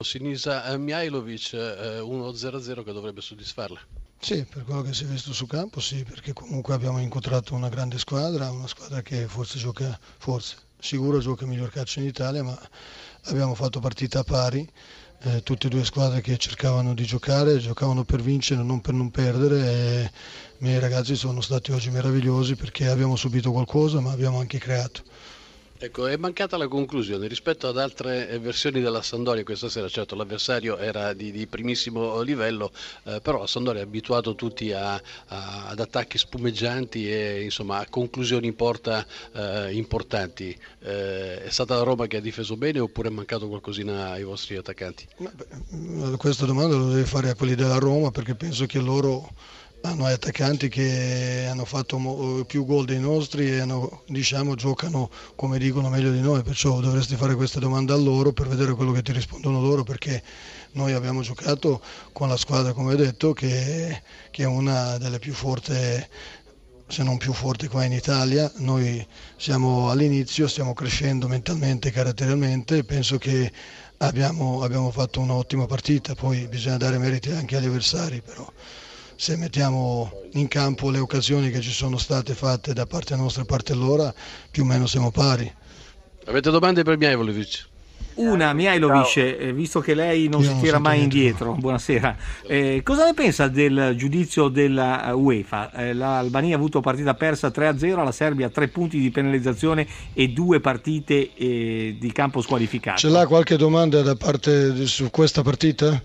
Sinisa Mihajlovic, 1-0-0 che dovrebbe soddisfarla. Sì, per quello che si è visto su campo, sì, perché comunque abbiamo incontrato una grande squadra, una squadra che sicuro gioca il miglior calcio in Italia, ma abbiamo fatto partita a pari, tutte e due squadre che cercavano di giocare, giocavano per vincere, non per non perdere, e i miei ragazzi sono stati oggi meravigliosi perché abbiamo subito qualcosa, ma abbiamo anche creato. Ecco, è mancata la conclusione rispetto ad altre versioni della Sampdoria questa sera. Certo, l'avversario era di primissimo livello, però la Sampdoria ha abituato tutti ad attacchi spumeggianti e insomma a conclusioni in porta importanti. È stata la Roma che ha difeso bene oppure è mancato qualcosina ai vostri attaccanti? Questa domanda lo devi fare a quelli della Roma perché penso che loro hanno attaccanti che hanno fatto più gol dei nostri e giocano come dicono meglio di noi, perciò dovresti fare queste domande a loro per vedere quello che ti rispondono loro, perché noi abbiamo giocato con la squadra, come ho detto, che è una delle più forti, se non più forte qua in Italia. Noi siamo all'inizio, stiamo crescendo mentalmente e caratterialmente e penso che abbiamo fatto un'ottima partita, poi bisogna dare meriti anche agli avversari, però se mettiamo in campo le occasioni che ci sono state fatte da parte nostra e parte loro, più o meno siamo pari. Avete domande per Mihajlovic? Una, Mihajlovic, visto che lei non si tira mai indietro, buonasera, cosa ne pensa del giudizio della UEFA? L'Albania ha avuto partita persa 3-0, la Serbia 3 punti di penalizzazione e 2 partite di campo squalificato. Ce l'ha qualche domanda da parte su questa partita?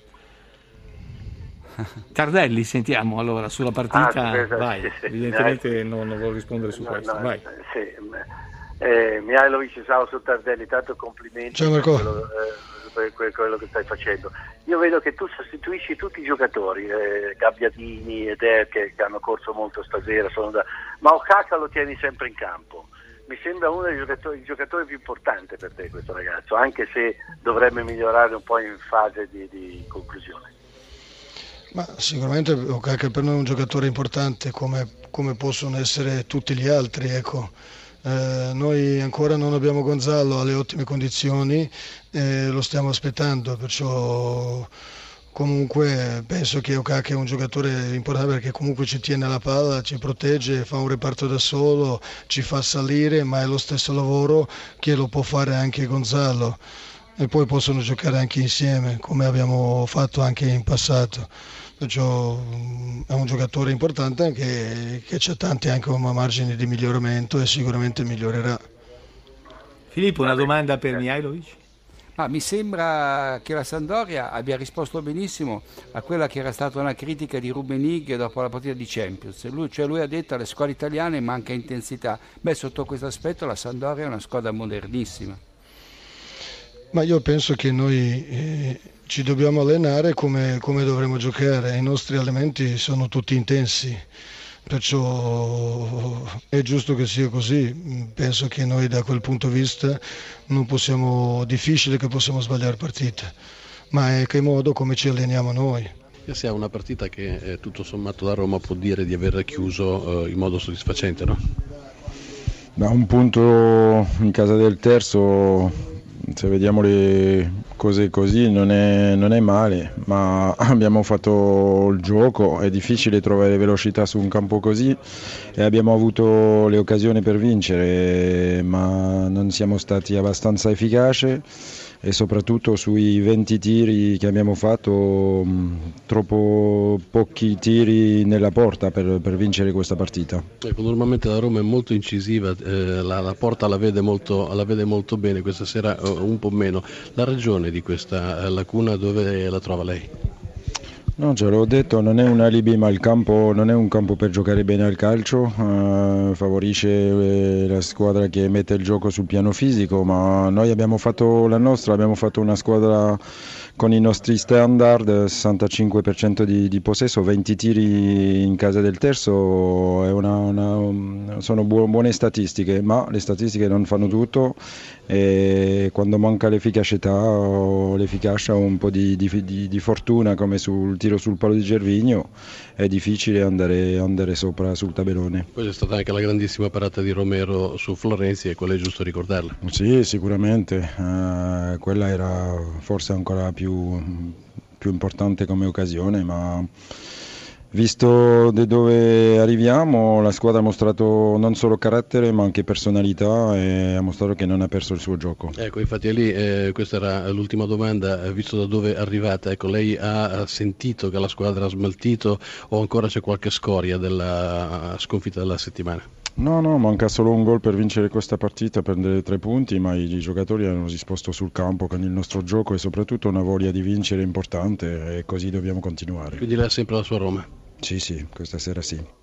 Tardelli, sentiamo allora sulla partita. Vai, sì. Evidentemente non vuol rispondere su questo. Vai. Mihajlovic, ciao su Tardelli, tanto complimenti. Ciao Marco. Per quello che stai facendo. Io vedo che tu sostituisci tutti i giocatori, Gabbiadini ed che hanno corso molto stasera, ma Okaka lo tieni sempre in campo. Mi sembra uno dei giocatori più importanti per te questo ragazzo, anche se dovrebbe migliorare un po' in fase di conclusione. Ma sicuramente Okaka per noi è un giocatore importante come possono essere tutti gli altri, ecco. Noi ancora non abbiamo Gonzalo alle ottime condizioni, lo stiamo aspettando, perciò comunque penso che Okaka è un giocatore importante perché comunque ci tiene la palla, ci protegge, fa un reparto da solo, ci fa salire, ma è lo stesso lavoro che lo può fare anche Gonzalo. E poi possono giocare anche insieme come abbiamo fatto anche in passato, perciò è un giocatore importante che c'ha tanti anche margini di miglioramento e sicuramente migliorerà. Filippo, una domanda per Mihajlovic? Mi sembra che la Sampdoria abbia risposto benissimo a quella che era stata una critica di Rummenigge dopo la partita di Champions. Lui ha detto alle squadre italiane manca intensità. Sotto questo aspetto la Sampdoria è una squadra modernissima. Ma io penso che noi ci dobbiamo allenare come dovremo giocare, i nostri allenamenti sono tutti intensi, perciò è giusto che sia così. Penso che noi da quel punto di vista difficile che possiamo sbagliare partite, ma è che modo come ci alleniamo noi. Questa è una partita che tutto sommato la Roma può dire di aver chiuso in modo soddisfacente, no? Da un punto in casa del terzo, se vediamo le cose così non è male, ma abbiamo fatto il gioco, è difficile trovare velocità su un campo così e abbiamo avuto le occasioni per vincere, ma non siamo stati abbastanza efficaci e soprattutto sui 20 tiri che abbiamo fatto, troppo pochi tiri nella porta per vincere questa partita. Ecco, normalmente la Roma è molto incisiva, la porta la vede molto bene, questa sera un po' meno. La ragione di questa lacuna dove la trova lei? No, già l'ho detto, non è un alibi, ma il campo non è un campo per giocare bene al calcio, favorisce la squadra che mette il gioco sul piano fisico, ma noi abbiamo fatto la nostra, abbiamo fatto una squadra con i nostri standard, 65% di possesso, 20 tiri in casa del terzo, sono buone statistiche, ma le statistiche non fanno tutto e quando manca l'efficacità o l'efficacia o un po' di fortuna come sul tiro sul palo di Gervinho è difficile andare sopra sul tabellone. Poi c'è stata anche la grandissima parata di Romero su Florenzi e quella è giusto ricordarla. Sì, sicuramente, quella era forse ancora più più importante come occasione, ma visto da dove arriviamo, la squadra ha mostrato non solo carattere ma anche personalità e ha mostrato che non ha perso il suo gioco. Ecco, infatti è lì, questa era l'ultima domanda, visto da dove arrivate, ecco, lei ha sentito che la squadra ha smaltito o ancora c'è qualche scoria della sconfitta della settimana? No, manca solo un gol per vincere questa partita, prendere 3 punti, ma i giocatori hanno risposto sul campo con il nostro gioco e soprattutto una voglia di vincere importante e così dobbiamo continuare. Quindi lei ha sempre la sua Roma? Sì, questa sera sì.